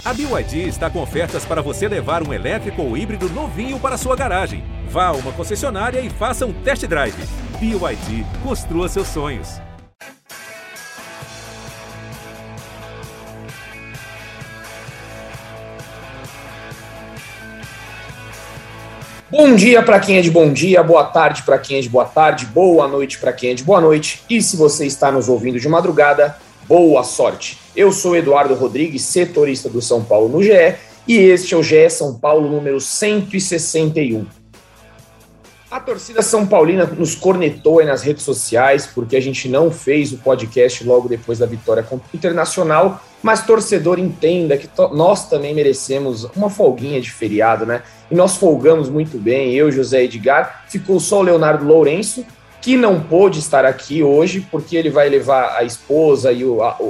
A BYD está com ofertas para você levar um elétrico ou híbrido novinho para sua garagem. Vá a uma concessionária e faça um test drive. BYD, construa seus sonhos. Bom dia para quem é de bom dia, boa tarde para quem é de boa tarde, boa noite para quem é de boa noite. E se você está nos ouvindo de madrugada, boa sorte. Eu sou Eduardo Rodrigues, setorista do São Paulo no GE, e este é o GE São Paulo número 161. A torcida São Paulina nos cornetou aí nas redes sociais porque a gente não fez o podcast logo depois da vitória contra o Internacional, mas torcedor entenda que nós também merecemos uma folguinha de feriado, né? E nós folgamos muito bem, eu, José Edgar, ficou só o Leonardo Lourenço, que não pôde estar aqui hoje, porque ele vai levar a esposa e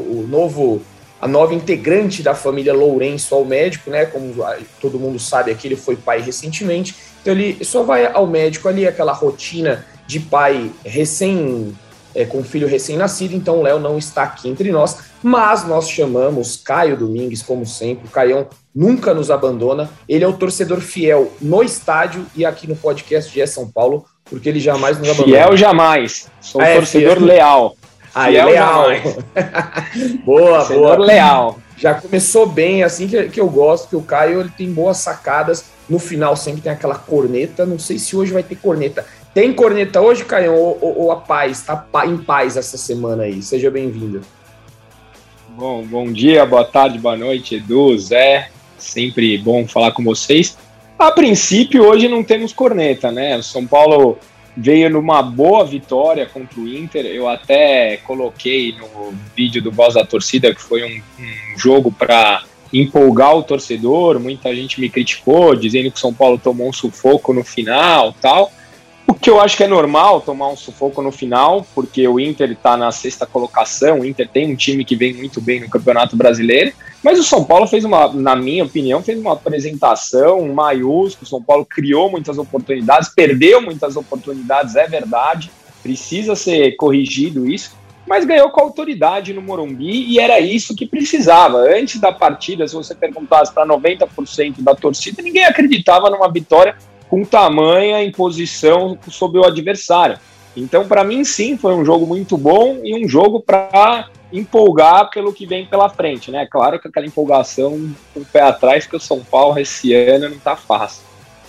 a nova integrante da família Lourenço ao médico, né? Como todo mundo sabe aqui, ele foi pai recentemente, então ele só vai ao médico ali, aquela rotina de pai com filho recém-nascido, então o Léo não está aqui entre nós, mas nós chamamos Caio Domingues, como sempre. O Caião nunca nos abandona, ele é o torcedor fiel no estádio e aqui no podcast de São Paulo, porque ele jamais nos abandona. Fiel jamais, sou um torcedor fiel. Leal. Fiel leal. Boa, torcedor boa. Leal. Já começou bem, assim que eu gosto, que o Caio ele tem boas sacadas, no final sempre tem aquela corneta, não sei se hoje vai ter corneta. Tem corneta hoje, Caio, ou a paz, tá em paz essa semana aí? Seja bem-vindo. Bom dia, boa tarde, boa noite, Edu, Zé, sempre bom falar com vocês. A princípio, hoje não temos corneta, né? O São Paulo veio numa boa vitória contra o Inter, eu até coloquei no vídeo do Voz da Torcida que foi um jogo para empolgar o torcedor, muita gente me criticou, dizendo que o São Paulo tomou um sufoco no final, tal. O que eu acho que é normal tomar um sufoco no final, porque o Inter está na 6ª colocação, o Inter tem um time que vem muito bem no Campeonato Brasileiro, mas o São Paulo na minha opinião, fez uma apresentação maiúscula. O São Paulo criou muitas oportunidades, perdeu muitas oportunidades, é verdade, precisa ser corrigido isso, mas ganhou com autoridade no Morumbi e era isso que precisava. Antes da partida, se você perguntasse para 90% da torcida, ninguém acreditava numa vitória com tamanha imposição sobre o adversário. Então, para mim, sim, foi um jogo muito bom e um jogo para empolgar pelo que vem pela frente, né? Claro que aquela empolgação com o pé atrás, que o São Paulo esse ano não tá fácil.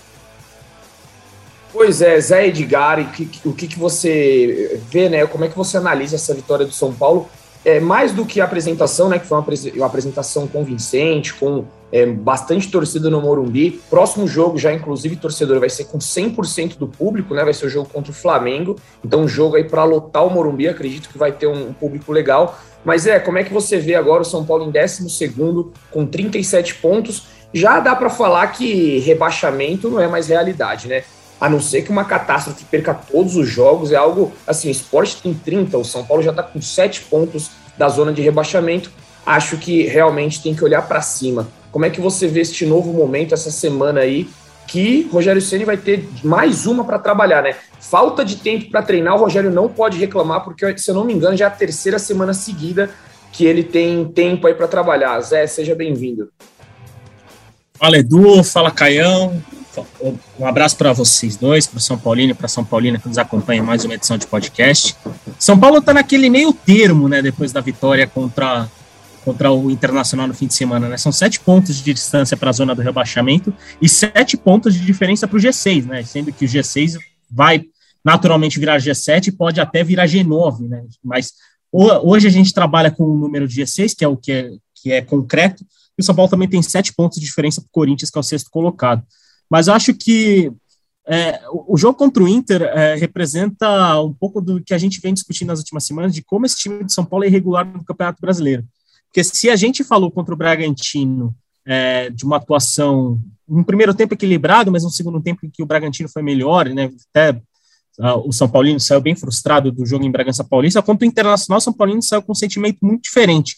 Pois é, Zé Edgar, o que você vê, né? Como é que você analisa essa vitória do São Paulo? Mais do que a apresentação, né? Que foi uma apresentação convincente, com bastante torcida no Morumbi. Próximo jogo, já inclusive, torcedor vai ser com 100% do público, né? Vai ser o jogo contra o Flamengo. Então, um jogo aí para lotar o Morumbi, acredito que vai ter um público legal. Mas como é que você vê agora o São Paulo em 12º, com 37 pontos? Já dá para falar que rebaixamento não é mais realidade, né? A não ser que uma catástrofe perca todos os jogos, é algo assim, o Sport tem 30, o São Paulo já está com 7 pontos da zona de rebaixamento. Acho que realmente tem que olhar para cima. Como é que você vê este novo momento, essa semana aí, que Rogério Ceni vai ter mais uma para trabalhar, né? Falta de tempo para treinar, o Rogério não pode reclamar, porque, se eu não me engano, já é a 3ª semana seguida que ele tem tempo aí para trabalhar. Zé, seja bem-vindo. Fala, Edu, fala, Caião. Um abraço para vocês dois, para o São Paulino e para a São Paulina que nos acompanha em mais uma edição de podcast. São Paulo está naquele meio termo, né, depois da vitória contra o Internacional no fim de semana, né? São 7 pontos de distância para a zona do rebaixamento e 7 pontos de diferença para o G6, né? Sendo que o G6 vai naturalmente virar G7 e pode até virar G9, né? Mas hoje a gente trabalha com o número de G6, que é o que é concreto, e o São Paulo também tem 7 pontos de diferença para o Corinthians, que é o 6º colocado. Mas eu acho que o jogo contra o Inter representa um pouco do que a gente vem discutindo nas últimas semanas, de como esse time de São Paulo é irregular no Campeonato Brasileiro. Porque se a gente falou contra o Bragantino de uma atuação, um primeiro tempo equilibrado, mas um segundo tempo em que o Bragantino foi melhor, né? Até o São Paulino saiu bem frustrado do jogo em Bragança Paulista, contra o Internacional, o São Paulino saiu com um sentimento muito diferente.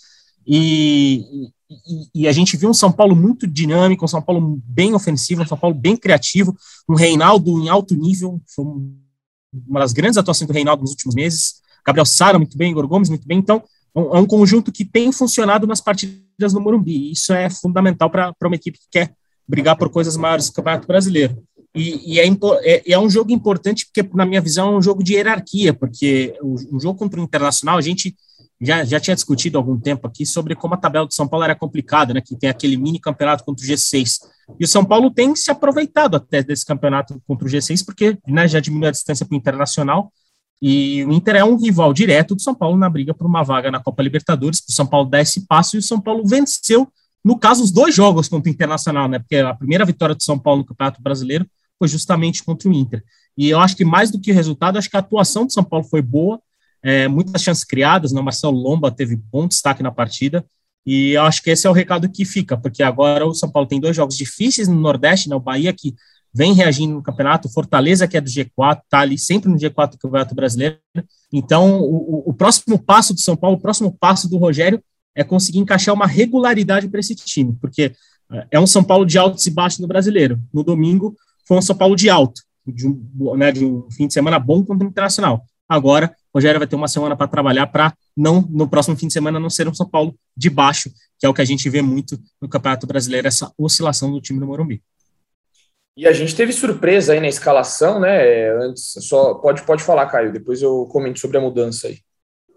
E a gente viu um São Paulo muito dinâmico, um São Paulo bem ofensivo, um São Paulo bem criativo, um Reinaldo em alto nível, foi uma das grandes atuações do Reinaldo nos últimos meses, Gabriel Sara muito bem, Igor Gomes muito bem, então é um conjunto que tem funcionado nas partidas no Morumbi. Isso é fundamental para uma equipe que quer brigar por coisas maiores do Campeonato Brasileiro. E é um jogo importante porque, na minha visão, é um jogo de hierarquia, porque um jogo contra o Internacional, a gente já tinha discutido há algum tempo aqui sobre como a tabela do São Paulo era complicada, né, que tem aquele mini campeonato contra o G6. E o São Paulo tem se aproveitado até desse campeonato contra o G6, porque, né, já diminuiu a distância para o Internacional, e o Inter é um rival direto do São Paulo na briga por uma vaga na Copa Libertadores, para o São Paulo dar esse passo, e o São Paulo venceu, no caso, os 2 jogos contra o Internacional, né, porque a primeira vitória do São Paulo no Campeonato Brasileiro foi justamente contra o Inter. E eu acho que mais do que o resultado, acho que a atuação do São Paulo foi boa, muitas chances criadas, né? O Marcelo Lomba teve bom destaque na partida, e eu acho que esse é o recado que fica, porque agora o São Paulo tem 2 jogos difíceis no Nordeste, né? O Bahia, que vem reagindo no campeonato, o Fortaleza, que é do G4, está ali sempre no G4 do Campeonato Brasileiro. Então, o próximo passo do São Paulo, o próximo passo do Rogério é conseguir encaixar uma regularidade para esse time, porque é um São Paulo de altos e baixos no Brasileiro. No domingo, foi um São Paulo de alto, de um fim de semana bom contra o Internacional. Agora, o Rogério vai ter uma semana para trabalhar para no próximo fim de semana não ser um São Paulo de baixo, que é o que a gente vê muito no Campeonato Brasileiro, essa oscilação do time do Morumbi. E a gente teve surpresa aí na escalação, né? Antes, só pode falar, Caio, depois eu comento sobre a mudança aí.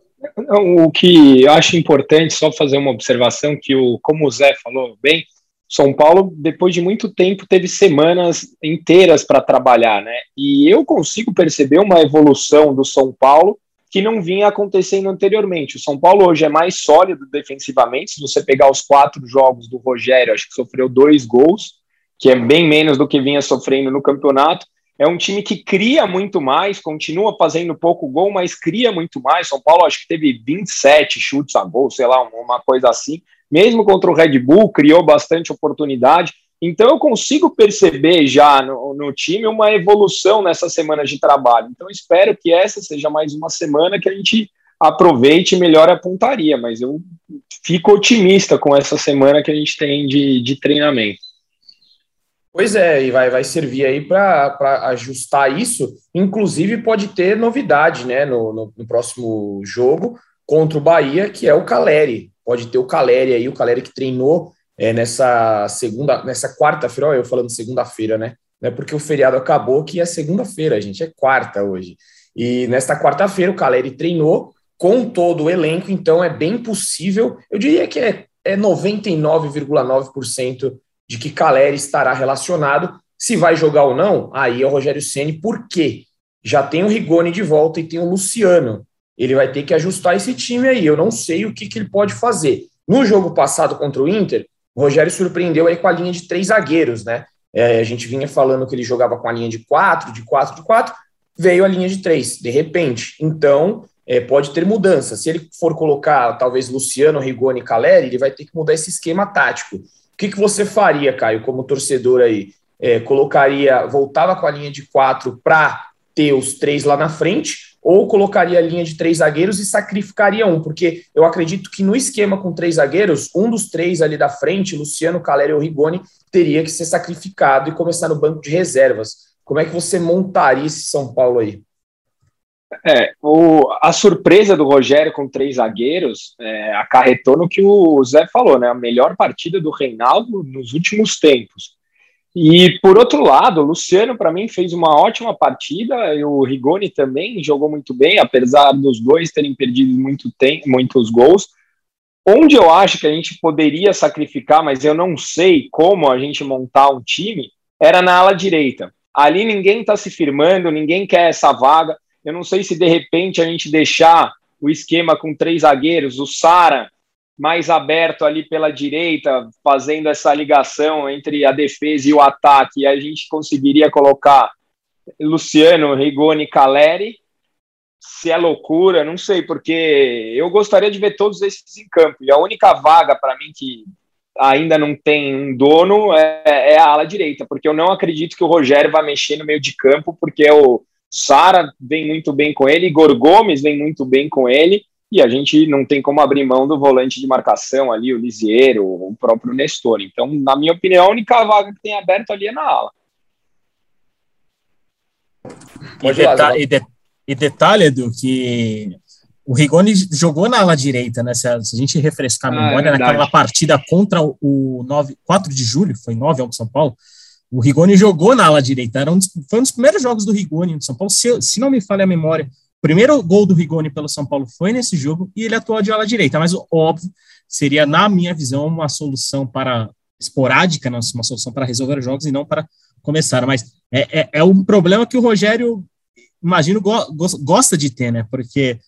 O que eu acho importante, só fazer uma observação, que como o Zé falou bem, São Paulo, depois de muito tempo, teve semanas inteiras para trabalhar, né? E eu consigo perceber uma evolução do São Paulo que não vinha acontecendo anteriormente. O São Paulo hoje é mais sólido defensivamente. Se você pegar os 4 jogos do Rogério, acho que sofreu 2 gols, que é bem menos do que vinha sofrendo no campeonato. É um time que cria muito mais, continua fazendo pouco gol, mas cria muito mais. São Paulo acho que teve 27 chutes a gol, sei lá, uma coisa assim. Mesmo contra o Red Bull, criou bastante oportunidade. Então eu consigo perceber já no time uma evolução nessas semanas de trabalho. Então eu espero que essa seja mais uma semana que a gente aproveite e melhore a pontaria. Mas eu fico otimista com essa semana que a gente tem de treinamento. Pois é, e vai servir aí para ajustar isso. Inclusive pode ter novidade, né, no próximo jogo contra o Bahia, que é o Caleri. Pode ter o Caleri aí, o Caleri que treinou nessa quarta-feira, eu falando segunda-feira, né? Não é porque o feriado acabou que é segunda-feira, gente, é quarta hoje. E nesta quarta-feira o Caleri treinou com todo o elenco, então é bem possível, eu diria que é 99,9% de que Caleri estará relacionado. Se vai jogar ou não, aí é o Rogério Ceni, porque já tem o Rigoni de volta e tem o Luciano. Ele vai ter que ajustar esse time aí. Eu não sei o que ele pode fazer. No jogo passado contra o Inter, o Rogério surpreendeu aí com a linha de 3 zagueiros, né? A gente vinha falando que ele jogava com a linha de 4, veio a linha de 3, de repente. Então, pode ter mudança. Se ele for colocar, talvez, Luciano, Rigoni e Caleri, ele vai ter que mudar esse esquema tático. O que você faria, Caio, como torcedor aí? Voltava com a linha de 4 para ter os 3 lá na frente, ou colocaria a linha de 3 zagueiros e sacrificaria um? Porque eu acredito que no esquema com 3 zagueiros, um dos 3 ali da frente, Luciano, Caleri ou Rigoni, teria que ser sacrificado e começar no banco de reservas. Como é que você montaria esse São Paulo aí? A surpresa do Rogério com 3 zagueiros acarretou no que o Zé falou, né? A melhor partida do Reinaldo nos últimos tempos. E, por outro lado, o Luciano, para mim, fez uma ótima partida, e o Rigoni também jogou muito bem, apesar dos dois terem perdido muitos gols. Onde eu acho que a gente poderia sacrificar, mas eu não sei como a gente montar um time, era na ala direita. Ali ninguém está se firmando, ninguém quer essa vaga. Eu não sei se, de repente, a gente deixar o esquema com 3 zagueiros, o Sara mais aberto ali pela direita, fazendo essa ligação entre a defesa e o ataque, e a gente conseguiria colocar Luciano, Rigoni e Caleri. Se é loucura, não sei, porque eu gostaria de ver todos esses em campo, e a única vaga para mim que ainda não tem um dono é a ala direita, porque eu não acredito que o Rogério vai mexer no meio de campo, porque o Sara vem muito bem com ele, Igor Gomes vem muito bem com ele, e a gente não tem como abrir mão do volante de marcação ali, o Lisieiro, o próprio Nestor. Então, na minha opinião, a única vaga que tem aberto ali é na ala. E detalhe, Edu, que O Rigoni jogou na ala direita, né? Se a gente refrescar a memória, naquela partida contra o 4 de julho, foi 9 São Paulo, o Rigoni jogou na ala direita. Foi um dos primeiros jogos do Rigoni no São Paulo, se não me falha a memória. O primeiro gol do Rigoni pelo São Paulo foi nesse jogo e ele atuou de ala direita, mas óbvio, seria, na minha visão, uma solução para esporádica, não, uma solução para resolver jogos e não para começar. Mas é um problema que o Rogério, imagino, gosta de ter, né? Porque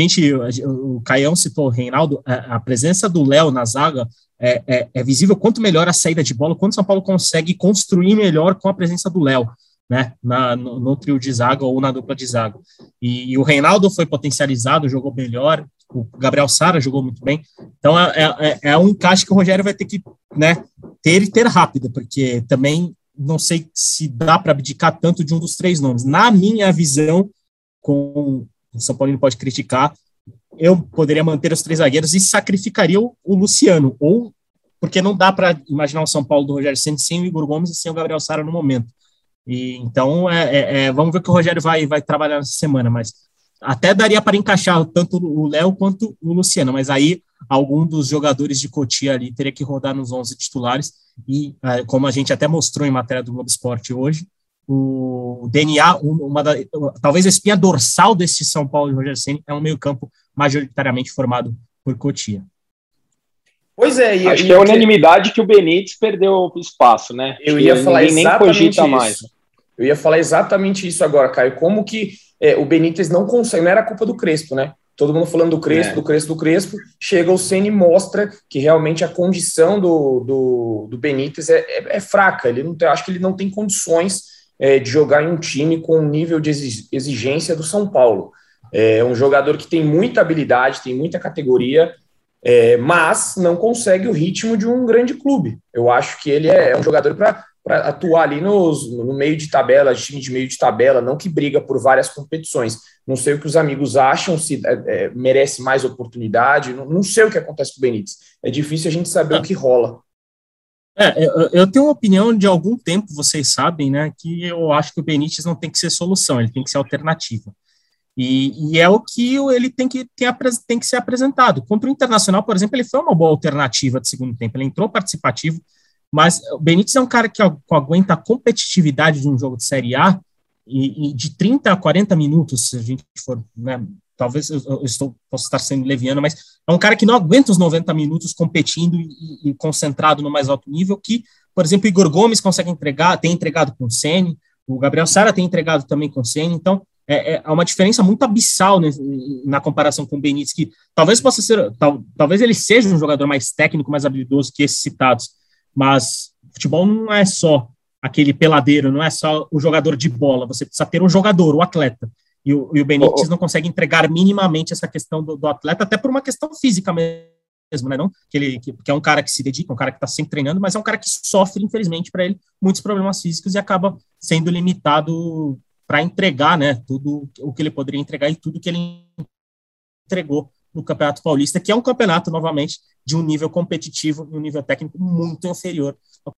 o Caião citou o Reinaldo, a presença do Léo na zaga é visível quanto melhor a saída de bola, quanto o São Paulo consegue construir melhor com a presença do Léo, né, no trio de zaga ou na dupla de zaga. E o Reinaldo foi potencializado, jogou melhor, o Gabriel Sara jogou muito bem, então é um encaixe que o Rogério vai ter que, né, ter rápido, porque também não sei se dá para abdicar tanto de um dos três nomes. Na minha visão, o São Paulino pode criticar, eu poderia manter os três zagueiros e sacrificaria o Luciano, ou porque não dá para imaginar o São Paulo do Rogério Ceni sem o Igor Gomes e sem o Gabriel Sara no momento. E então vamos ver o que o Rogério vai trabalhar nessa semana, mas até daria para encaixar tanto o Léo quanto o Luciano, mas aí algum dos jogadores de Cotia ali teria que rodar nos 11 titulares e como a gente até mostrou em matéria do Globo Esporte hoje, o DNA, talvez a espinha dorsal desse São Paulo de Rogério Ceni é um meio-campo majoritariamente formado por Cotia. Pois é, acho que é unanimidade que o Benítez perdeu espaço, né? Eu ia falar exatamente isso. Eu ia falar exatamente isso agora, Caio. Como que o Benítez não consegue, não era culpa do Crespo, né? Todo mundo falando do Crespo, do Crespo. Chega o Ceni e mostra que realmente a condição do Benítez é fraca. Acho que ele não tem condições de jogar em um time com o nível de exigência do São Paulo. É um jogador que tem muita habilidade, tem muita categoria, mas não consegue o ritmo de um grande clube. Eu acho que ele é um jogador para atuar ali no meio de tabela, time de meio de tabela, não que briga por várias competições. Não sei o que os amigos acham, se merece mais oportunidade, não sei o que acontece com o Benítez. É difícil a gente saber o que rola. Eu tenho uma opinião de algum tempo, vocês sabem, né, que eu acho que o Benítez não tem que ser solução, ele tem que ser alternativa. E é o que ele tem que ser apresentado. Contra o Internacional, por exemplo, ele foi uma boa alternativa de segundo tempo, ele entrou participativo, mas o Benítez é um cara que aguenta a competitividade de um jogo de Série A e de 30 a 40 minutos, se a gente for, né, talvez posso estar sendo leviano, mas é um cara que não aguenta os 90 minutos competindo e concentrado no mais alto nível, que, por exemplo, o Igor Gomes consegue tem entregado com o Ceni, o Gabriel Sara tem entregado também com o Ceni, então há uma diferença muito abissal na comparação com o Benítez, que talvez possa ser, talvez ele seja um jogador mais técnico, mais habilidoso que esses citados, mas futebol não é só aquele peladeiro, não é só o jogador de bola, você precisa ter um jogador, o atleta, e o Benítez não consegue entregar minimamente essa questão do atleta, até por uma questão física mesmo, né? Não que é um cara que se dedica, um cara que está sempre treinando, mas é um cara que sofre, infelizmente, para ele, muitos problemas físicos e acaba sendo limitado para entregar, né, tudo o que ele poderia entregar e tudo que ele entregou no Campeonato Paulista, que é um campeonato, novamente, de um nível competitivo e um nível técnico muito inferior.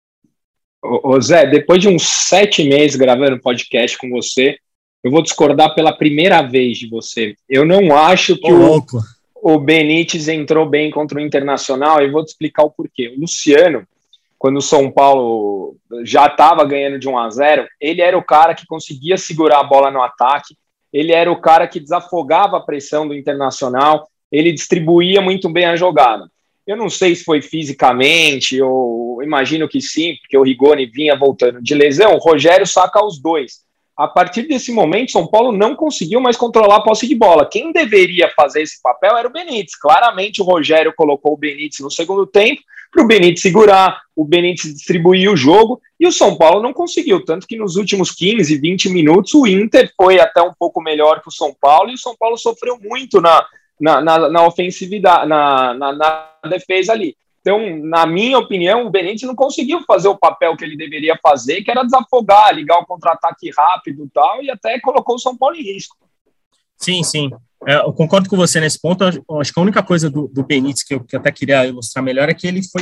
Ô Zé, depois de uns 7 meses gravando podcast com você, eu vou discordar pela primeira vez de você. Eu não acho que o Benítez entrou bem contra o Internacional, e vou te explicar o porquê. O Luciano, quando o São Paulo já estava ganhando de 1-0, ele era o cara que conseguia segurar a bola no ataque, ele era o cara que desafogava a pressão do Internacional, ele distribuía muito bem a jogada. Eu não sei se foi fisicamente, ou imagino que sim, porque o Rigoni vinha voltando de lesão, o Rogério saca os dois. A partir desse momento, São Paulo não conseguiu mais controlar a posse de bola. Quem deveria fazer esse papel era o Benítez. Claramente o Rogério colocou o Benítez no segundo tempo para o Benítez segurar, o Benítez distribuir o jogo, e o São Paulo não conseguiu, tanto que nos últimos 15, 20 minutos o Inter foi até um pouco melhor que o São Paulo, e o São Paulo sofreu muito na ofensividade, na defesa ali. Então, na minha opinião, o Benítez não conseguiu fazer o papel que ele deveria fazer, que era desafogar, ligar o contra-ataque rápido e tal, e até colocou o São Paulo em risco. Sim. Eu concordo com você nesse ponto. Eu acho que a única coisa do Benítez que eu até queria ilustrar melhor é que ele foi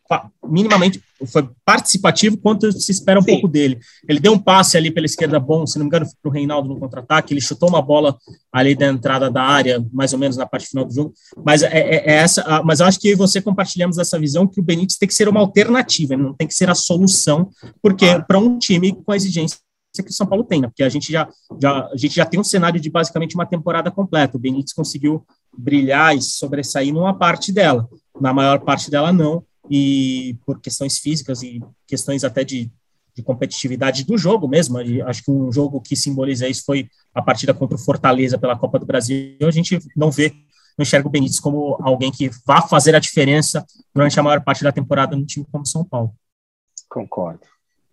minimamente foi participativo quanto se espera um pouco dele. Ele deu um passe ali pela esquerda bom, se não me engano, para o Reinaldo no contra-ataque, ele chutou uma bola ali da entrada da área, mais ou menos na parte final do jogo, mas mas eu acho que você compartilhamos essa visão que o Benítez tem que ser uma alternativa, ele não tem que ser a solução, porque para um time com a exigência que o São Paulo tem, né? Porque a gente já tem um cenário de basicamente uma temporada completa. O Benítez conseguiu brilhar e sobressair numa parte dela, na maior parte dela não, e por questões físicas e questões até de competitividade do jogo mesmo. Acho que um jogo que simboliza isso foi a partida contra o Fortaleza pela Copa do Brasil. A gente não enxerga o Benítez como alguém que vá fazer a diferença durante a maior parte da temporada no time como São Paulo. Concordo.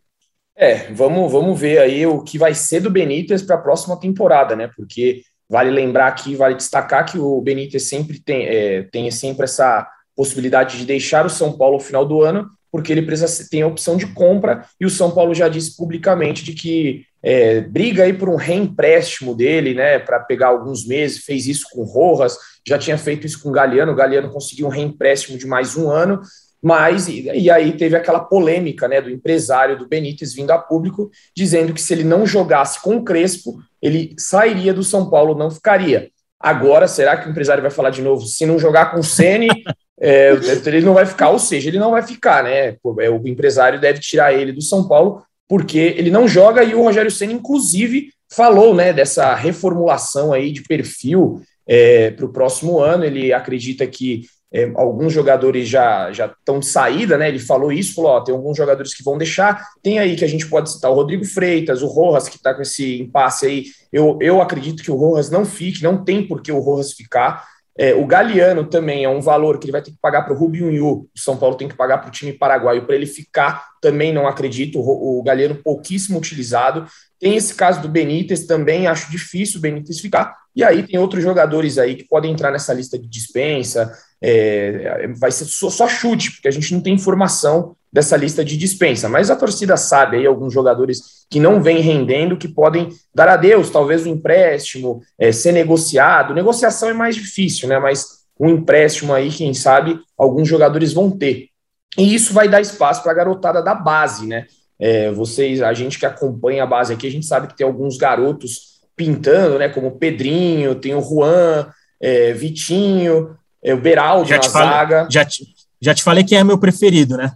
Vamos ver aí o que vai ser do Benítez para a próxima temporada, né? Porque vale lembrar aqui, vale destacar que o Benítez sempre tem sempre essa possibilidade de deixar o São Paulo no final do ano, porque ele tem a opção de compra, e o São Paulo já disse publicamente de que briga aí por um reempréstimo dele, né? Para pegar alguns meses, fez isso com o Rojas, já tinha feito isso com o Galhardo conseguiu um reempréstimo de mais um ano. Mas, e aí teve aquela polêmica, né, do empresário do Benítez vindo a público, dizendo que se ele não jogasse com o Crespo, ele sairia do São Paulo, não ficaria. Agora, será que o empresário vai falar de novo? Se não jogar com o Ceni, ele não vai ficar, ou seja, ele não vai ficar, né? O empresário deve tirar ele do São Paulo, porque ele não joga, e o Rogério Ceni, inclusive, falou, né, dessa reformulação aí de perfil para o próximo ano. Ele acredita que alguns jogadores já estão de saída, né? Ele falou tem alguns jogadores que vão deixar, tem aí que a gente pode citar o Rodrigo Freitas, o Rojas, que está com esse impasse aí. Eu acredito que o Rojas não fique, não tem por que o Rojas ficar. O Galhardo também é um valor que ele vai ter que pagar para o Rubinho Yu, o São Paulo tem que pagar para o time paraguaio para ele ficar, também não acredito. O Galhardo pouquíssimo utilizado. Tem esse caso do Benítez também, acho difícil o Benítez ficar. E aí tem outros jogadores aí que podem entrar nessa lista de dispensa. Vai ser só chute, porque a gente não tem informação dessa lista de dispensa, mas a torcida sabe aí alguns jogadores que não vêm rendendo, que podem dar adeus, talvez um empréstimo, ser negociado. Negociação é mais difícil, né? Mas um empréstimo aí, quem sabe, alguns jogadores vão ter. E isso vai dar espaço para a garotada da base, né? A gente que acompanha a base aqui, a gente sabe que tem alguns garotos pintando, né? Como o Pedrinho, tem o Juan, Vitinho, o Beraldo na zaga. Já te falei quem é meu preferido, né?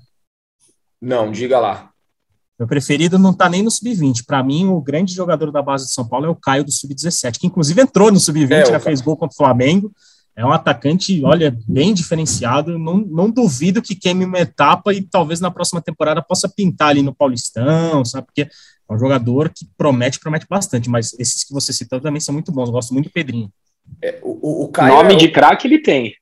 Não, diga lá. Meu preferido não tá nem no Sub-20. Para mim, o grande jogador da base de São Paulo é o Caio do Sub-17, que inclusive entrou no Sub-20, já fez gol contra o Flamengo. É um atacante, olha, bem diferenciado. Não duvido que queime uma etapa e talvez na próxima temporada possa pintar ali no Paulistão, sabe? Porque é um jogador que promete bastante, mas esses que você citou também são muito bons. Eu gosto muito do Pedrinho. O Caio nome de craque ele tem.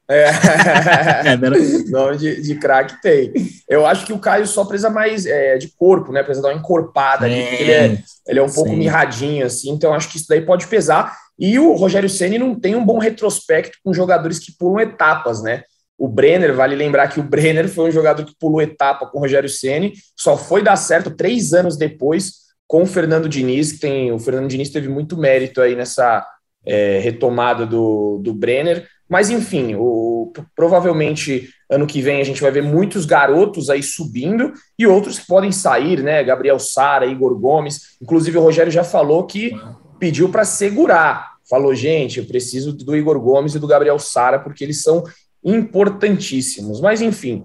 Nome de craque tem. Eu acho que o Caio só precisa mais de corpo, né? Precisa dar uma encorpada ali, porque ele é um pouco mirradinho, assim, então acho que isso daí pode pesar. E o Rogério Ceni não tem um bom retrospecto com jogadores que pulam etapas, né? O Brenner, vale lembrar que o Brenner foi um jogador que pulou etapa com o Rogério Ceni, só foi dar certo 3 anos depois com o Fernando Diniz, o Fernando Diniz teve muito mérito aí nessa retomada do Brenner. Mas, enfim, provavelmente ano que vem a gente vai ver muitos garotos aí subindo e outros que podem sair, né? Gabriel Sara, Igor Gomes. Inclusive, o Rogério já falou que pediu para segurar. Falou, gente, eu preciso do Igor Gomes e do Gabriel Sara porque eles são importantíssimos. Mas, enfim...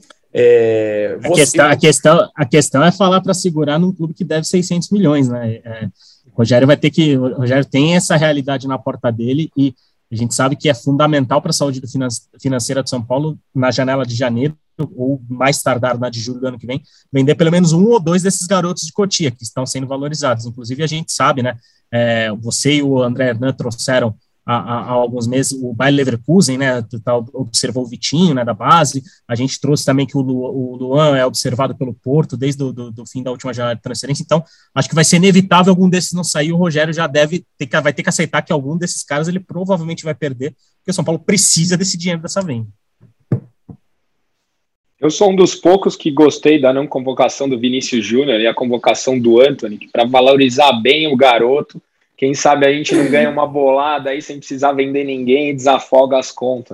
A questão é falar para segurar num clube que deve 600 milhões, né? O Rogério tem essa realidade na porta dele e a gente sabe que é fundamental para a saúde financeira de São Paulo, na janela de janeiro, ou mais tardar na de julho do ano que vem, vender pelo menos 1 ou 2 desses garotos de Cotia, que estão sendo valorizados. Inclusive, a gente sabe, né? Você e o André Hernan trouxeram há alguns meses o Bayer Leverkusen, né? Observou o Vitinho, né? Da base. A gente trouxe também que o Luan é observado pelo Porto desde o fim da última janela de transferência. Então, acho que vai ser inevitável algum desses não sair. O Rogério já vai ter que aceitar que algum desses caras ele provavelmente vai perder, porque o São Paulo precisa desse dinheiro dessa venda. Eu sou um dos poucos que gostei da não convocação do Vinícius Júnior e a convocação do Antony, para valorizar bem o garoto. Quem sabe a gente não ganha uma bolada aí sem precisar vender ninguém e desafoga as contas.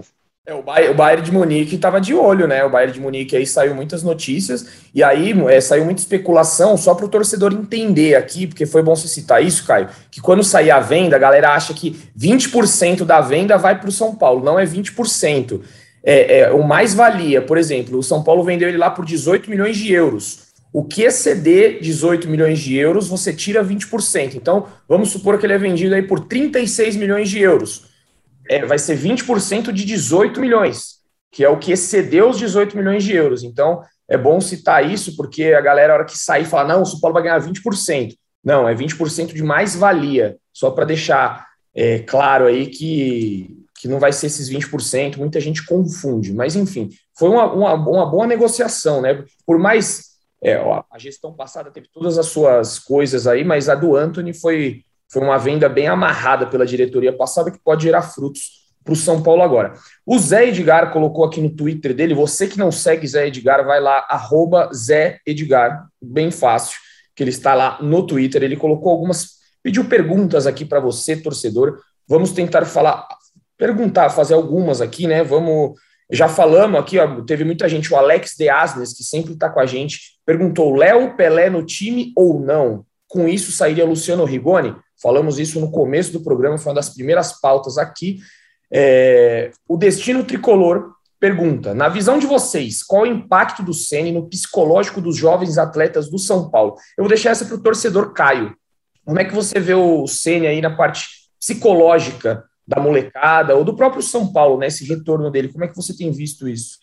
O Bayern de Munique estava de olho, né? O Bayern de Munique aí saiu muitas notícias e aí saiu muita especulação só para o torcedor entender aqui, porque foi bom você citar isso, Caio, que quando sair a venda, a galera acha que 20% da venda vai para o São Paulo, não é 20%. O mais-valia, por exemplo, o São Paulo vendeu ele lá por 18 milhões de euros. O que exceder 18 milhões de euros, você tira 20%. Então, vamos supor que ele é vendido aí por 36 milhões de euros. Vai ser 20% de 18 milhões, que é o que excedeu os 18 milhões de euros. Então, é bom citar isso, porque a galera, a hora que sair, fala, não, o São Paulo vai ganhar 20%. Não, é 20% de mais-valia, só para deixar claro aí que não vai ser esses 20%, muita gente confunde. Mas, enfim, foi uma boa negociação, né? Por mais... a gestão passada teve todas as suas coisas aí, mas a do Antony foi uma venda bem amarrada pela diretoria passada que pode gerar frutos para o São Paulo agora. O Zé Edgar colocou aqui no Twitter dele, você que não segue Zé Edgar, vai lá, @Zé Edgar, bem fácil, que ele está lá no Twitter, ele colocou pediu perguntas aqui para você, torcedor, vamos tentar fazer algumas aqui, né, já falamos aqui, ó, teve muita gente, o Alex De Asnes, que sempre está com a gente, perguntou, Léo Pelé no time ou não? Com isso sairia Luciano Rigoni? Falamos isso no começo do programa, foi uma das primeiras pautas aqui. O Destino Tricolor pergunta, na visão de vocês, qual o impacto do Ceni no psicológico dos jovens atletas do São Paulo? Eu vou deixar essa para o torcedor Caio. Como é que você vê o Ceni aí na parte psicológica da molecada, ou do próprio São Paulo, né, esse retorno dele? Como é que você tem visto isso?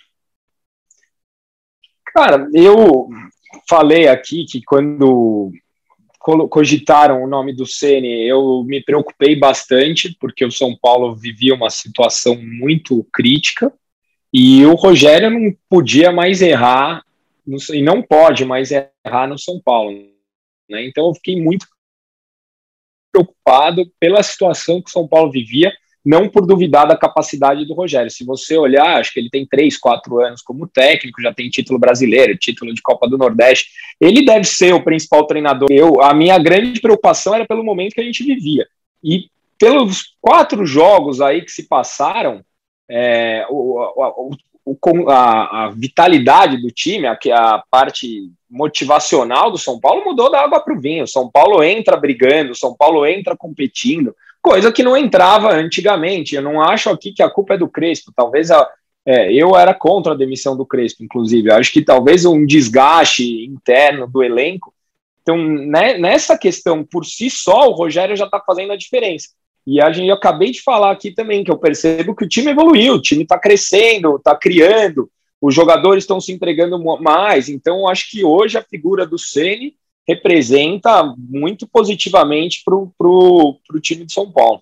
Cara, eu falei aqui que quando cogitaram o nome do Ceni, eu me preocupei bastante, porque o São Paulo vivia uma situação muito crítica, e o Rogério não podia mais errar, e não pode mais errar no São Paulo, né? Então eu fiquei muito preocupado pela situação que o São Paulo vivia, não por duvidar da capacidade do Rogério. Se você olhar, acho que ele tem 3, 4 anos como técnico, já tem título brasileiro, título de Copa do Nordeste, ele deve ser o principal treinador. A minha grande preocupação era pelo momento que a gente vivia. E pelos 4 jogos aí que se passaram, a vitalidade do time, a parte motivacional do São Paulo mudou da água para o vinho. O São Paulo entra brigando, o São Paulo entra competindo, coisa que não entrava antigamente. Eu não acho aqui que a culpa é do Crespo. Talvez eu era contra a demissão do Crespo, inclusive. Eu acho que talvez um desgaste interno do elenco. Então, né, nessa questão por si só, o Rogério já está fazendo a diferença. E eu acabei de falar aqui também que eu percebo que o time evoluiu, o time está crescendo, está criando, os jogadores estão se entregando mais. Então, eu acho que hoje a figura do Ceni representa muito positivamente para o time de São Paulo.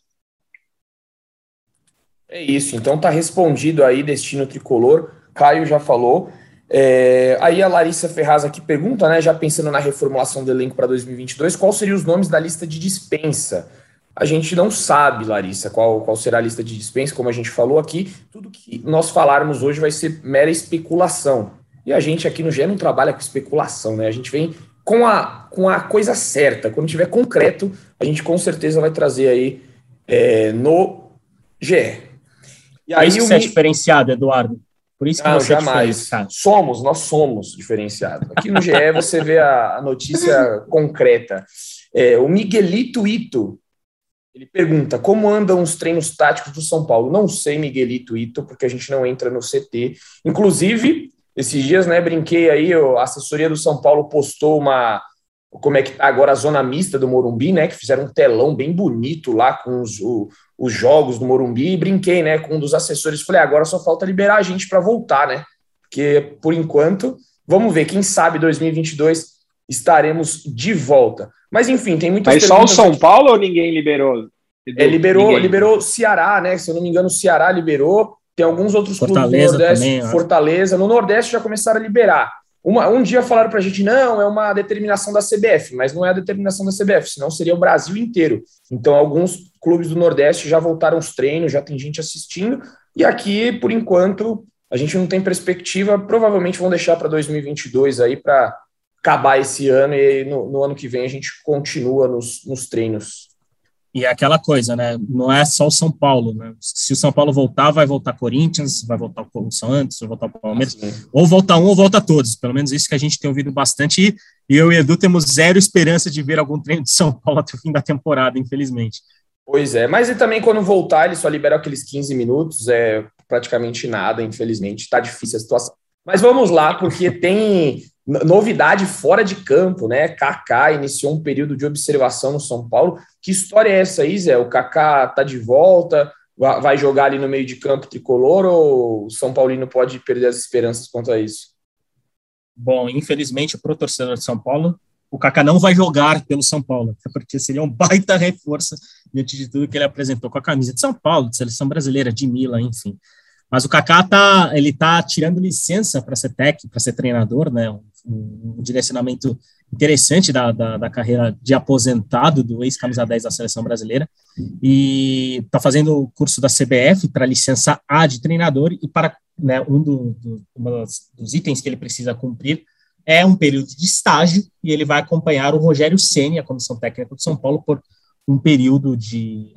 É isso, então tá respondido aí, Destino Tricolor, Caio já falou. Aí a Larissa Ferraz aqui pergunta, né, já pensando na reformulação do elenco para 2022, qual seriam os nomes da lista de dispensa? A gente não sabe, Larissa, qual será a lista de dispensa, como a gente falou aqui, tudo que nós falarmos hoje vai ser mera especulação. E a gente aqui no GE não trabalha com especulação, né? A gente vem com a coisa certa. Quando tiver concreto, a gente com certeza vai trazer aí no GE. E aí, isso que você é diferenciado, Eduardo. Por isso que não, você jamais. É nós somos diferenciados. Aqui no GE você vê a notícia concreta. O Miguelito Ito, ele pergunta, como andam os treinos táticos do São Paulo? Não sei, Miguelito Ito, porque a gente não entra no CT. Inclusive, esses dias, né, brinquei aí, a assessoria do São Paulo postou como é que tá agora a zona mista do Morumbi, né, que fizeram um telão bem bonito lá com os jogos do Morumbi, e brinquei, né, com um dos assessores, falei, agora só falta liberar a gente para voltar, né, porque, por enquanto, vamos ver, quem sabe 2022 estaremos de volta. Mas, enfim, tem muitas perguntas. Mas só o São Paulo ou ninguém liberou? Liberou Ceará, né, se eu não me engano, o Ceará liberou, tem alguns outros clubes do Nordeste, também, Fortaleza, no Nordeste já começaram a liberar. Um dia falaram pra gente, não, é uma determinação da CBF, mas não é a determinação da CBF, senão seria o Brasil inteiro. Então, alguns clubes do Nordeste já voltaram os treinos, já tem gente assistindo, e aqui, por enquanto, a gente não tem perspectiva, provavelmente vão deixar para 2022 aí, para acabar esse ano, e no ano que vem a gente continua nos treinos. E é aquela coisa, né? Não é só o São Paulo, né? Se o São Paulo voltar, vai voltar Corinthians, vai voltar o Santos, vai voltar o Palmeiras, ou volta um ou volta todos. Pelo menos isso que a gente tem ouvido bastante. E eu e o Edu temos zero esperança de ver algum treino de São Paulo até o fim da temporada, infelizmente. Pois é, mas e também quando voltar, ele só libera aqueles 15 minutos, é praticamente nada, infelizmente. Tá difícil a situação. Mas vamos lá, porque tem novidade fora de campo, né? Kaká iniciou um período de observação no São Paulo. Que história é essa aí, Zé? O Kaká tá de volta, vai jogar ali no meio de campo tricolor ou o São Paulino pode perder as esperanças quanto a isso? Bom, infelizmente, para o torcedor de São Paulo, o Kaká não vai jogar pelo São Paulo, porque seria um baita reforço diante de tudo que ele apresentou com a camisa de São Paulo, de seleção brasileira, de Milan, enfim. Mas o Kaká tá tirando licença para ser técnico, para ser treinador, né? Um direcionamento interessante da carreira de aposentado do ex-camisa 10 da seleção brasileira, e está fazendo o curso da CBF para licença A de treinador, e para, né, um dos itens que ele precisa cumprir é um período de estágio, e ele vai acompanhar o Rogério Ceni, a comissão técnica do São Paulo, por um período de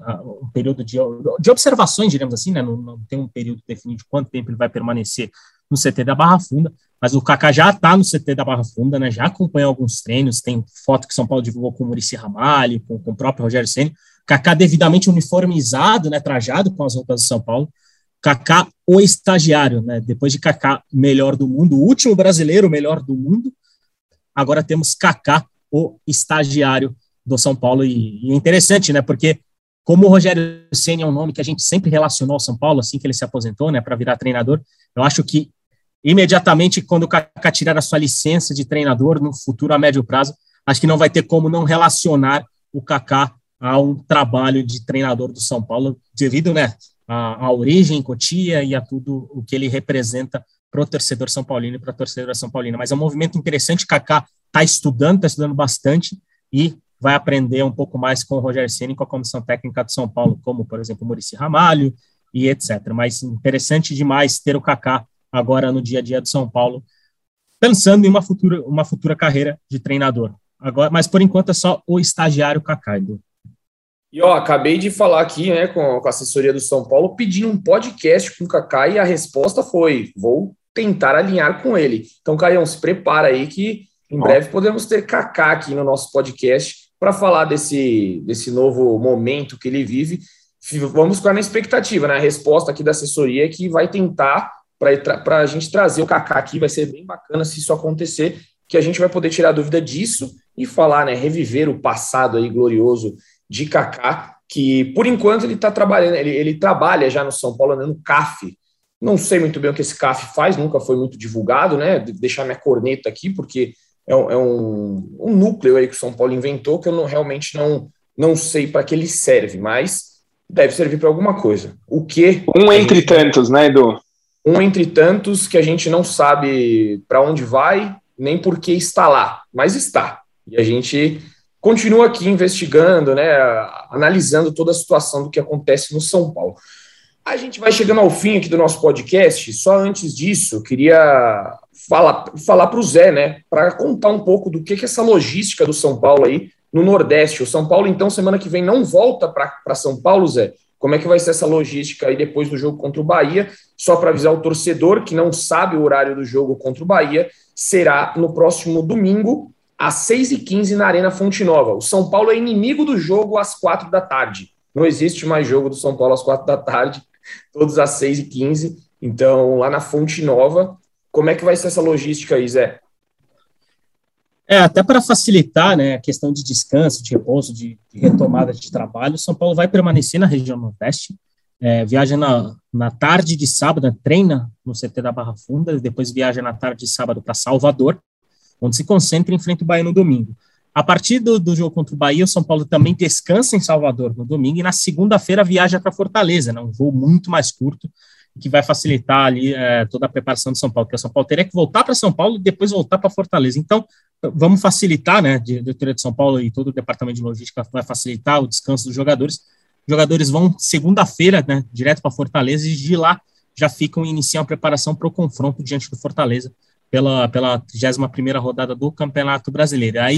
observações, diremos assim, né? Não tem um período definido de quanto tempo ele vai permanecer no CT da Barra Funda, mas o Kaká já está no CT da Barra Funda, né? Já acompanhou alguns treinos, tem foto que São Paulo divulgou com o Muricy Ramalho, com o próprio Rogério Ceni. Kaká devidamente uniformizado, né? Trajado com as roupas do São Paulo. Kaká, o estagiário, né? Depois de Kaká, melhor do mundo, o último brasileiro melhor do mundo, agora temos Kaká, o estagiário do São Paulo, e é interessante, né, porque como o Rogério Ceni é um nome que a gente sempre relacionou ao São Paulo, assim que ele se aposentou, né, para virar treinador, eu acho que imediatamente quando o Kaká tirar a sua licença de treinador, no futuro a médio prazo, acho que não vai ter como não relacionar o Kaká a um trabalho de treinador do São Paulo, devido, né, à origem, Cotia e a tudo o que ele representa para o torcedor são paulino e para a torcedora são paulina. Mas é um movimento interessante, Kaká está estudando bastante, e vai aprender um pouco mais com o Rogério Ceni, com a comissão técnica do São Paulo, como, por exemplo, o Muricy Ramalho e etc. Mas interessante demais ter o Kaká agora no dia a dia do São Paulo, pensando em uma futura carreira de treinador. Agora, mas, por enquanto, é só o estagiário Kaká, Edu. E, acabei de falar aqui, né, com a assessoria do São Paulo, pedindo um podcast com o Kaká, e a resposta foi: vou tentar alinhar com ele. Então, Caião, se prepara aí que em breve podemos ter Kaká aqui no nosso podcast para falar desse novo momento que ele vive. Vamos ficar na expectativa, né? A resposta aqui da assessoria é que vai tentar, para a gente trazer o Kaká aqui, vai ser bem bacana se isso acontecer, que a gente vai poder tirar dúvida disso e falar, né, reviver o passado aí glorioso de Kaká, que por enquanto ele está trabalhando, ele trabalha já no São Paulo, né, no CAF. Não sei muito bem o que esse CAF faz, nunca foi muito divulgado, né? Deixar minha corneta aqui, porque é um núcleo aí que o São Paulo inventou, que eu realmente não sei para que ele serve, mas deve servir para alguma coisa. O que? Entre tantos, né, Edu? Um entre tantos que a gente não sabe para onde vai, nem por que está lá, mas está. E a gente continua aqui investigando, né, analisando toda a situação do que acontece no São Paulo. A gente vai chegando ao fim aqui do nosso podcast. Só antes disso, eu queria falar para o Zé, né, para contar um pouco do que é essa logística do São Paulo aí no Nordeste. O São Paulo, então, semana que vem não volta para São Paulo, Zé. Como é que vai ser essa logística aí depois do jogo contra o Bahia? Só para avisar o torcedor que não sabe o horário do jogo contra o Bahia, será no próximo domingo, às 6h15, na Arena Fonte Nova. O São Paulo é inimigo do jogo às 4 da tarde. Não existe mais jogo do São Paulo às 4 da tarde, todos às 6h15. Então, lá na Fonte Nova, como é que vai ser essa logística aí, Zé? Até para facilitar, né, a questão de descanso, de repouso, de retomada de trabalho, o São Paulo vai permanecer na região Nordeste, viaja na tarde de sábado, treina no CT da Barra Funda, depois viaja na tarde de sábado para Salvador, onde se concentra e enfrenta o Bahia no domingo. A partir do jogo contra o Bahia, o São Paulo também descansa em Salvador no domingo, e na segunda-feira viaja para Fortaleza, né, um voo muito mais curto, que vai facilitar ali toda a preparação do São Paulo, porque o São Paulo teria que voltar para São Paulo e depois voltar para Fortaleza. Então, vamos facilitar, né, a diretoria de São Paulo e todo o departamento de logística vai facilitar o descanso dos jogadores. Os jogadores vão segunda-feira, né, direto para Fortaleza, e de lá já ficam e iniciam a preparação para o confronto diante do Fortaleza pela 31ª rodada do Campeonato Brasileiro. Aí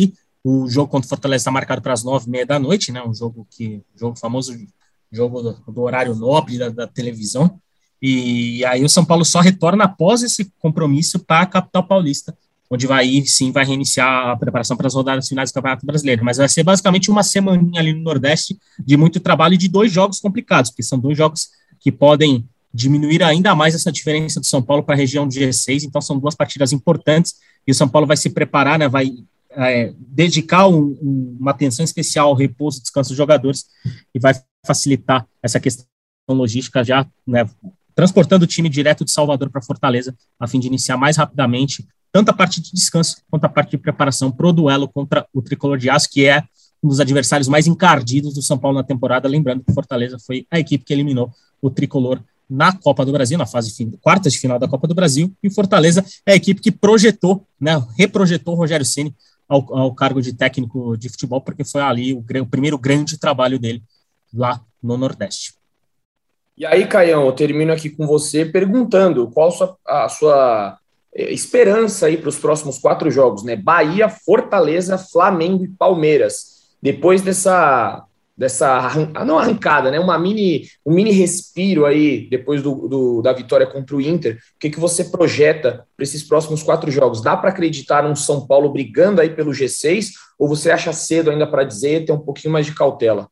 O jogo contra o Fortaleza está marcado para as 9h30 da noite, né? Um jogo famoso, jogo do horário nobre da televisão. E aí o São Paulo só retorna após esse compromisso para a capital paulista, onde vai reiniciar a preparação para as rodadas finais do Campeonato Brasileiro. Mas vai ser basicamente uma semaninha ali no Nordeste de muito trabalho e de 2 jogos complicados, porque são 2 jogos que podem diminuir ainda mais essa diferença do São Paulo para a região do G6. Então são 2 partidas importantes e o São Paulo vai se preparar, né, vai dedicar uma atenção especial ao repouso e descanso dos jogadores e vai facilitar essa questão logística já, né, transportando o time direto de Salvador para Fortaleza, a fim de iniciar mais rapidamente tanto a parte de descanso quanto a parte de preparação para o duelo contra o Tricolor de Aço, que é um dos adversários mais encardidos do São Paulo na temporada, lembrando que Fortaleza foi a equipe que eliminou o Tricolor na Copa do Brasil, na quartas de final da Copa do Brasil, e o Fortaleza é a equipe que reprojetou o Rogério Ceni ao cargo de técnico de futebol, porque foi ali o primeiro grande trabalho dele lá no Nordeste. E aí, Caião, eu termino aqui com você perguntando qual a sua esperança aí para os próximos 4 jogos, né? Bahia, Fortaleza, Flamengo e Palmeiras. Depois dessa não arrancada, né? Um mini respiro aí, depois da vitória contra o Inter, o que você projeta para esses próximos 4 jogos? Dá para acreditar num São Paulo brigando aí pelo G6, ou você acha cedo ainda para dizer, ter um pouquinho mais de cautela?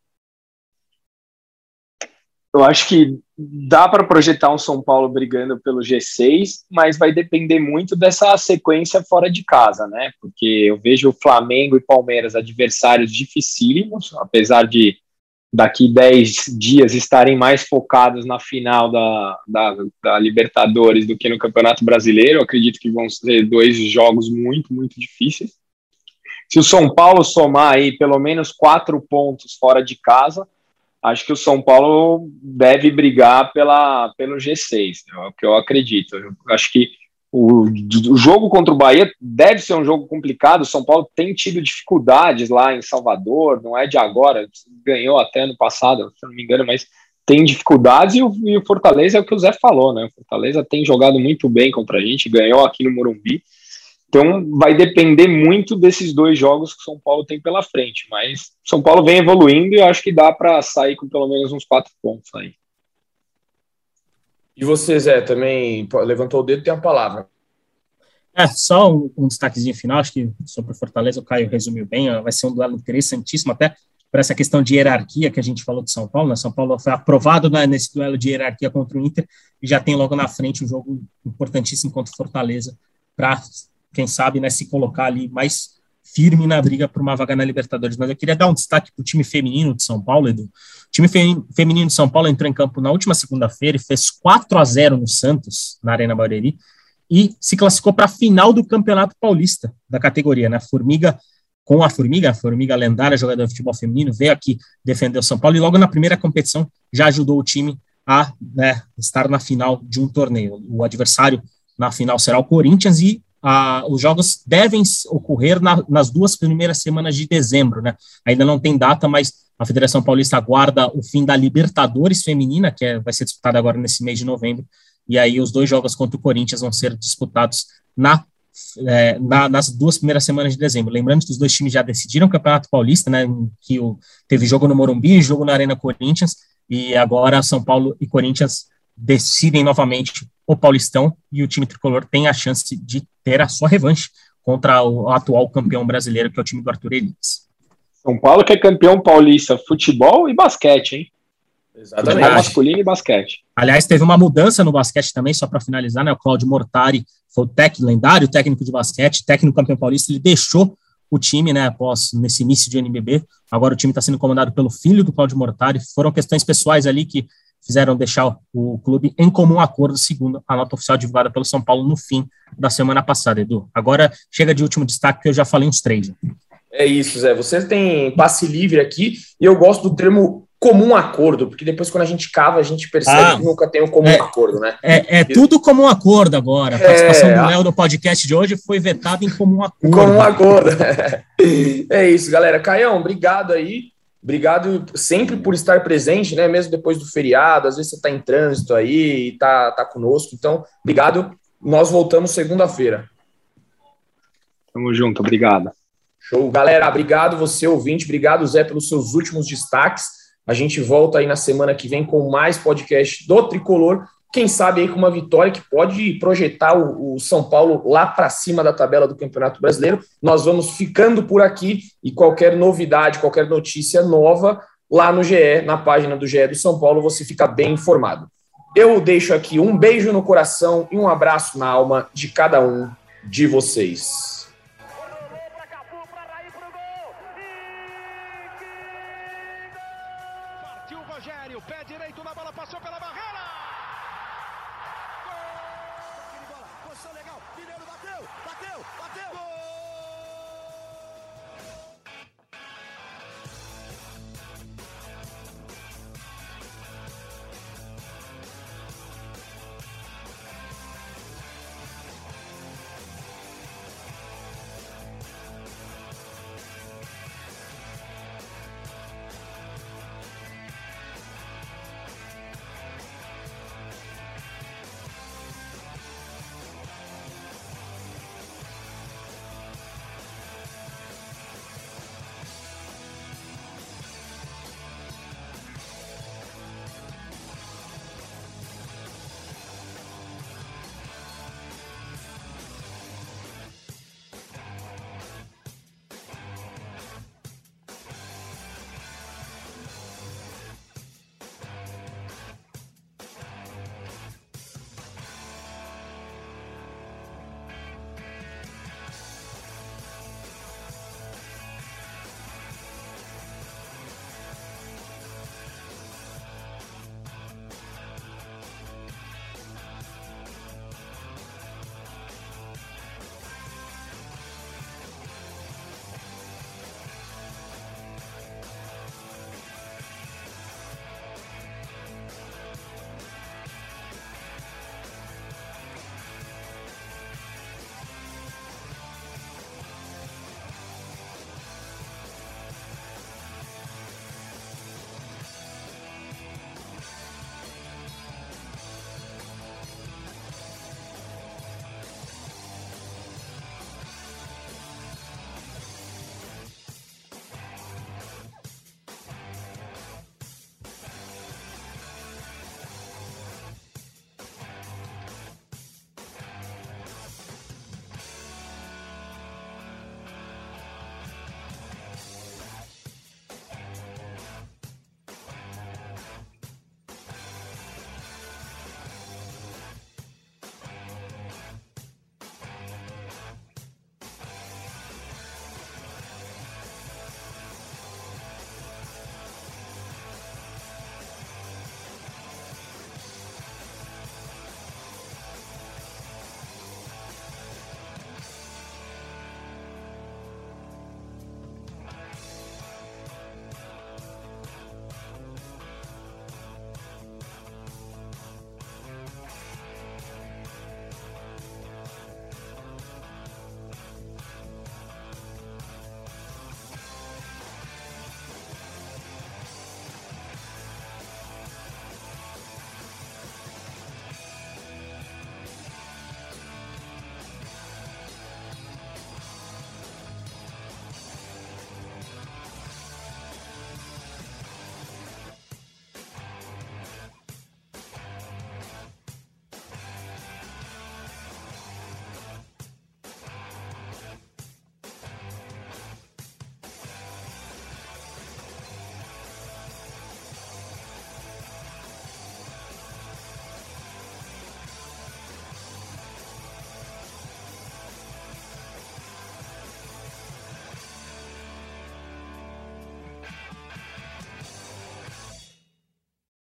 Eu acho que dá para projetar um São Paulo brigando pelo G6, mas vai depender muito dessa sequência fora de casa, né? Porque eu vejo o Flamengo e Palmeiras adversários dificílimos, apesar de daqui 10 dias estarem mais focados na final da Libertadores do que no Campeonato Brasileiro. Eu acredito que vão ser 2 jogos muito, muito difíceis. Se o São Paulo somar aí pelo menos 4 pontos fora de casa, acho que o São Paulo deve brigar pelo G6, é o que eu acredito. Eu acho que o jogo contra o Bahia deve ser um jogo complicado. O São Paulo tem tido dificuldades lá em Salvador, não é de agora, ganhou até ano passado, se não me engano, mas tem dificuldades, e o Fortaleza é o que o Zé falou, né? O Fortaleza tem jogado muito bem contra a gente, ganhou aqui no Morumbi. Então vai depender muito desses 2 jogos que o São Paulo tem pela frente, mas o São Paulo vem evoluindo e eu acho que dá para sair com pelo menos uns 4 pontos aí. E você, Zé, também levantou o dedo e tem a palavra. Só um destaquezinho final, acho que sobre o Fortaleza o Caio resumiu bem, vai ser um duelo interessantíssimo, até por essa questão de hierarquia que a gente falou de São Paulo, né? São Paulo foi aprovado, né, nesse duelo de hierarquia contra o Inter, e já tem logo na frente um jogo importantíssimo contra o Fortaleza, para, quem sabe, né, se colocar ali mais firme na briga por uma vaga na Libertadores. Mas eu queria dar um destaque para o time feminino de São Paulo, Edu. O time feminino de São Paulo entrou em campo na última segunda-feira e fez 4-0 no Santos, na Arena Barueri, e se classificou para a final do Campeonato Paulista da categoria, né? A Formiga lendária, jogadora de futebol feminino, veio aqui defender o São Paulo e logo na primeira competição já ajudou o time a, né, estar na final de um torneio. O adversário na final será o Corinthians e os jogos devem ocorrer nas 2 primeiras semanas de dezembro, né? Ainda não tem data, mas a Federação Paulista aguarda o fim da Libertadores feminina, que vai ser disputada agora nesse mês de novembro, e aí os 2 jogos contra o Corinthians vão ser disputados nas 2 primeiras semanas de dezembro. Lembrando que os 2 times já decidiram o Campeonato Paulista, né? Que teve jogo no Morumbi, jogo na Arena Corinthians, e agora São Paulo e Corinthians decidem novamente o Paulistão, e o time tricolor tem a chance de ter a sua revanche contra o atual campeão brasileiro, que é o time do Arthur Elias. São Paulo que é campeão paulista futebol e basquete, hein? Exatamente. Futebol masculino e basquete. Aliás, teve uma mudança no basquete também, só para finalizar, né? O Cláudio Mortari foi o lendário técnico de basquete, técnico campeão paulista, ele deixou o time, né, nesse início de NBB. Agora o time está sendo comandado pelo filho do Cláudio Mortari. Foram questões pessoais ali que fizeram deixar o clube em comum acordo, segundo a nota oficial divulgada pelo São Paulo no fim da semana passada, Edu. Agora chega de último destaque, que eu já falei uns 3. É isso, Zé. Você tem passe livre aqui, e eu gosto do termo comum acordo, porque depois quando a gente cava, a gente percebe que nunca tem um comum acordo, né? Tudo comum acordo agora. A participação do Léo no podcast de hoje foi vetada em comum acordo. Comum acordo. É isso, galera. Caião, obrigado aí. Obrigado sempre por estar presente, né? Mesmo depois do feriado, às vezes você está em trânsito aí e tá conosco. Então, obrigado. Nós voltamos segunda-feira. Tamo junto, obrigado. Show. Galera, obrigado você, ouvinte. Obrigado, Zé, pelos seus últimos destaques. A gente volta aí na semana que vem com mais podcast do Tricolor. Quem sabe aí com uma vitória que pode projetar o São Paulo lá para cima da tabela do Campeonato Brasileiro. Nós vamos ficando por aqui e qualquer novidade, qualquer notícia nova, lá no GE, na página do GE do São Paulo, você fica bem informado. Eu deixo aqui um beijo no coração e um abraço na alma de cada um de vocês. Partiu o Rogério, pé direito na bola, passou pela barreira. Gol! Posição legal, Mineiro bateu, bateu, bateu. Gol!